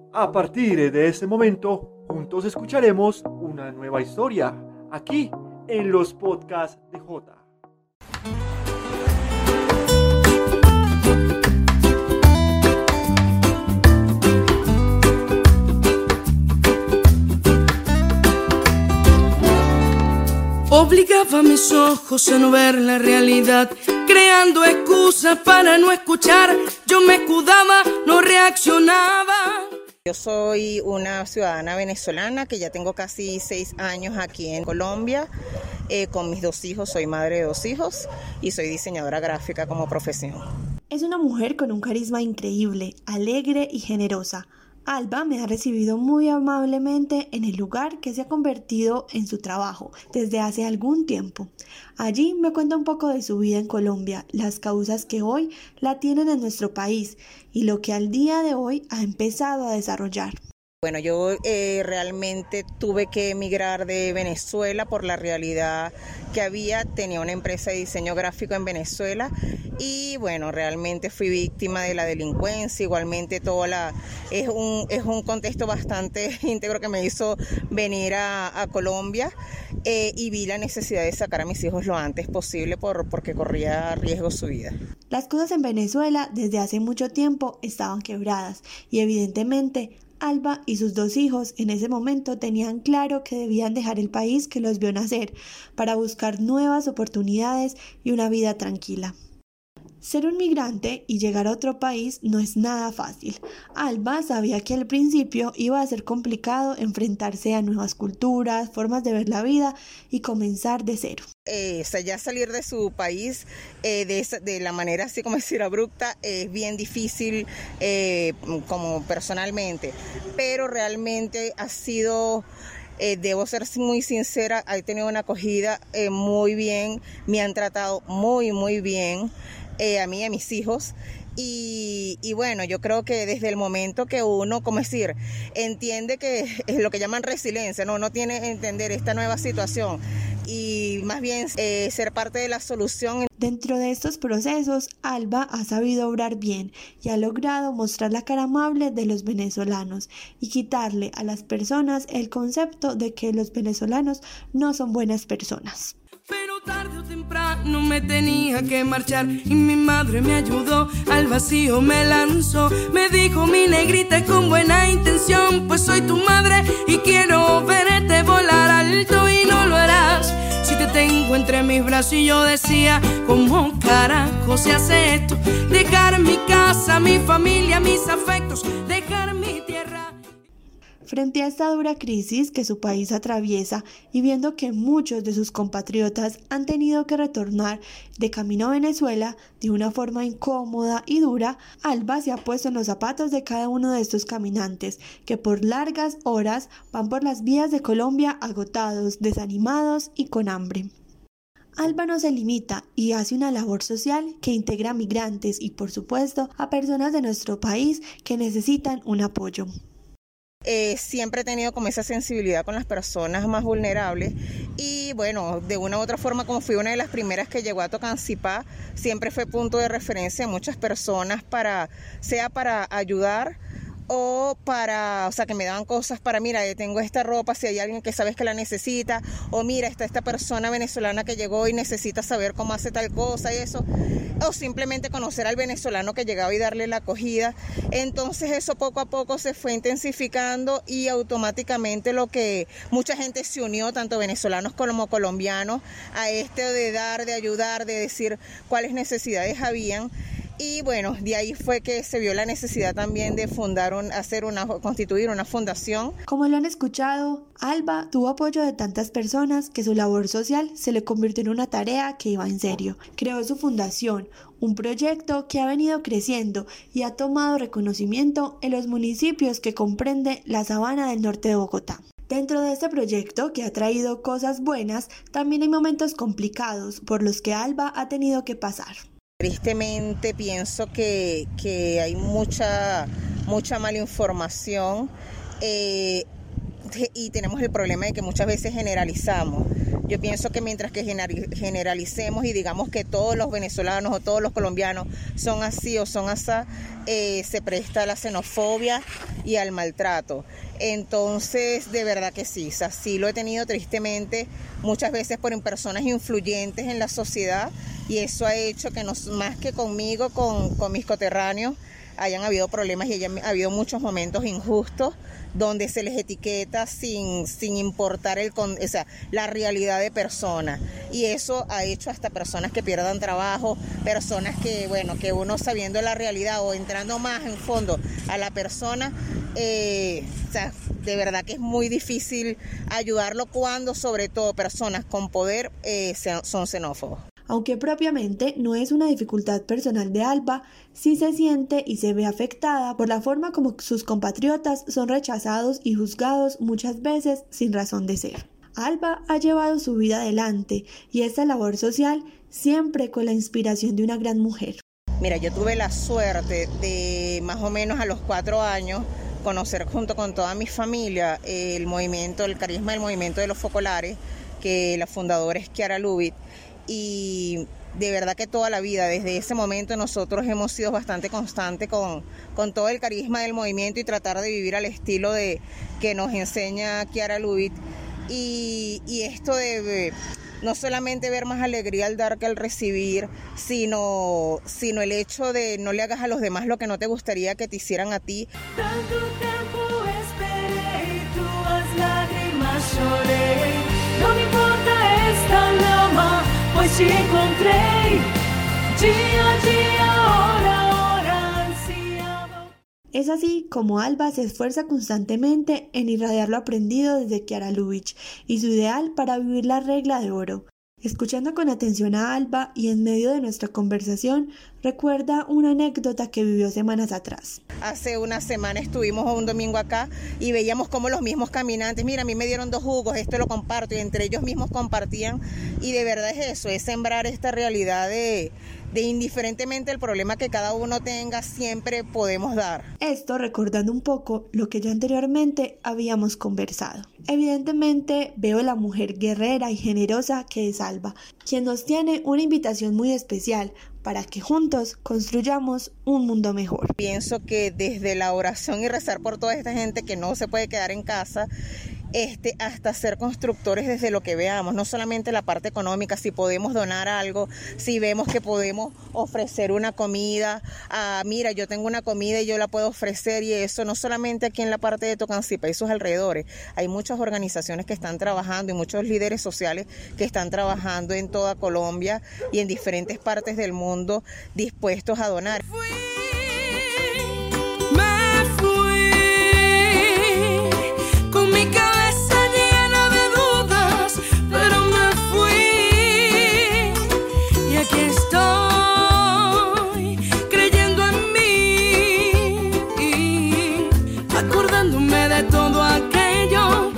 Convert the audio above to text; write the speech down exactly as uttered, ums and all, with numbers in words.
A partir de ese momento, juntos escucharemos una nueva historia, aquí en los podcasts de Jota. Obligaba a mis ojos a no ver la realidad, creando excusas para no escuchar. Yo me escudaba, no reaccionaba. Yo soy una ciudadana venezolana que ya tengo casi seis años aquí en Colombia. Eh, con mis dos hijos, soy madre de dos hijos y soy diseñadora gráfica como profesión. Es una mujer con un carisma increíble, alegre y generosa. Alba me ha recibido muy amablemente en el lugar que se ha convertido en su trabajo desde hace algún tiempo. Allí me cuenta un poco de su vida en Colombia, las causas que hoy la tienen en nuestro país y lo que al día de hoy ha empezado a desarrollar. Bueno, yo eh, realmente tuve que emigrar de Venezuela por la realidad que había. Tenía una empresa de diseño gráfico en Venezuela y bueno, realmente fui víctima de la delincuencia. Igualmente todo la, es, un, es un contexto bastante íntegro que me hizo venir a, a Colombia eh, y vi la necesidad de sacar a mis hijos lo antes posible por, porque corría riesgo su vida. Las cosas en Venezuela desde hace mucho tiempo estaban quebradas y evidentemente Alba y sus dos hijos en ese momento tenían claro que debían dejar el país que los vio nacer para buscar nuevas oportunidades y una vida tranquila. Ser un migrante y llegar a otro país no es nada fácil. Alba sabía que al principio iba a ser complicado enfrentarse a nuevas culturas, formas de ver la vida y comenzar de cero. Eh, o sea, ya salir de su país eh, de, esa, de la manera así como decir abrupta es eh, bien difícil eh, como personalmente, pero realmente ha sido... Eh, debo ser muy sincera, he tenido una acogida eh, muy bien, me han tratado muy muy bien, eh, a mí y a mis hijos. Y, y bueno, yo creo que desde el momento que uno, como decir, entiende que es lo que llaman resiliencia, no, uno tiene que entender esta nueva situación y más bien eh, ser parte de la solución. Dentro de estos procesos, Alba ha sabido obrar bien y ha logrado mostrar la cara amable de los venezolanos y quitarle a las personas el concepto de que los venezolanos no son buenas personas. Pero tarde o temprano me tenía que marchar y mi madre me ayudó, al vacío me lanzó. Me dijo: mi negrita, con buena intención, pues soy tu madre y quiero verte volar alto y no lo harás si te tengo entre mis brazos. Y yo decía: ¿cómo carajo se hace esto? Dejar mi casa, mi familia, mis afectos, dejar mi tierra. Frente a esta dura crisis que su país atraviesa y viendo que muchos de sus compatriotas han tenido que retornar de camino a Venezuela de una forma incómoda y dura, Alba se ha puesto en los zapatos de cada uno de estos caminantes que por largas horas van por las vías de Colombia agotados, desanimados y con hambre. Alba no se limita y hace una labor social que integra a migrantes y, por supuesto, a personas de nuestro país que necesitan un apoyo. Eh, siempre he tenido como esa sensibilidad con las personas más vulnerables y bueno, de una u otra forma, como fui una de las primeras que llegó a Tocancipá, siempre fue punto de referencia de muchas personas, para sea para ayudar o para, o sea, que me daban cosas para, mira, tengo esta ropa, si hay alguien que sabes que la necesita, o mira, está esta persona venezolana que llegó y necesita saber cómo hace tal cosa y eso, o simplemente conocer al venezolano que llegaba y darle la acogida. Entonces eso poco a poco se fue intensificando y automáticamente lo que mucha gente se unió, tanto venezolanos como colombianos, a este de dar, de ayudar, de decir cuáles necesidades habían. Y bueno, de ahí fue que se vio la necesidad también de fundar, un, hacer una, constituir una fundación. Como lo han escuchado, Alba tuvo apoyo de tantas personas que su labor social se le convirtió en una tarea que iba en serio. Creó su fundación, un proyecto que ha venido creciendo y ha tomado reconocimiento en los municipios que comprende la Sabana del norte de Bogotá. Dentro de este proyecto, que ha traído cosas buenas, también hay momentos complicados por los que Alba ha tenido que pasar. Tristemente pienso que, que hay mucha, mucha mala información eh, y tenemos el problema de que muchas veces generalizamos. Yo pienso que mientras que generalicemos y digamos que todos los venezolanos o todos los colombianos son así o son así, eh, se presta a la xenofobia y al maltrato. Entonces, de verdad que sí, o sea, sí lo he tenido tristemente muchas veces por personas influyentes en la sociedad, y eso ha hecho que no, más que conmigo, con, con mis coterráneos, hayan habido problemas y hayan habido muchos momentos injustos donde se les etiqueta sin, sin importar el, o sea, la realidad de personas, y eso ha hecho hasta personas que pierdan trabajo, personas que, bueno, que uno sabiendo la realidad o entrando más en fondo a la persona, eh, o sea, de verdad que es muy difícil ayudarlo cuando sobre todo personas con poder eh, son xenófobos. Aunque propiamente no es una dificultad personal de Alba, sí se siente y se ve afectada por la forma como sus compatriotas son rechazados y juzgados muchas veces sin razón de ser. Alba ha llevado su vida adelante y esta labor social siempre con la inspiración de una gran mujer. Mira, yo tuve la suerte de más o menos a los cuatro años conocer junto con toda mi familia el movimiento, el carisma del movimiento de los focolares, que la fundadora es Kiara Lubich. Y de verdad que toda la vida, desde ese momento, nosotros hemos sido bastante constantes con, con todo el carisma del movimiento y tratar de vivir al estilo de que nos enseña Kiara Lubich. Y, y esto de no solamente ver más alegría al dar que al recibir, sino, sino el hecho de no le hagas a los demás lo que no te gustaría que te hicieran a ti. Tanto tiempo esperé y tus lágrimas lloré. No me importa esta lama, pues sí encontré. Día a día, hora a hora, ansiado. Es así como Alba se esfuerza constantemente en irradiar lo aprendido desde Kiara Lubich y su ideal para vivir la regla de oro. Escuchando con atención a Alba y en medio de nuestra conversación, recuerda una anécdota que vivió semanas atrás. Hace una semana estuvimos un domingo acá y veíamos cómo los mismos caminantes, mira, a mí me dieron dos jugos, esto lo comparto, y entre ellos mismos compartían, y de verdad es eso, es sembrar esta realidad de, de indiferentemente el problema que cada uno tenga, siempre podemos dar. Esto recordando un poco lo que ya anteriormente habíamos conversado. Evidentemente veo la mujer guerrera y generosa que es Alba, quien nos tiene una invitación muy especial para que juntos construyamos un mundo mejor. Pienso que desde la oración y rezar por toda esta gente que no se puede quedar en casa, Este, hasta ser constructores desde lo que veamos, no solamente la parte económica, si podemos donar algo, si vemos que podemos ofrecer una comida, ah, mira, yo tengo una comida y yo la puedo ofrecer, y eso no solamente aquí en la parte de Tocancipá y sus alrededores, hay muchas organizaciones que están trabajando y muchos líderes sociales que están trabajando en toda Colombia y en diferentes partes del mundo dispuestos a donar. Acordándome de todo aquello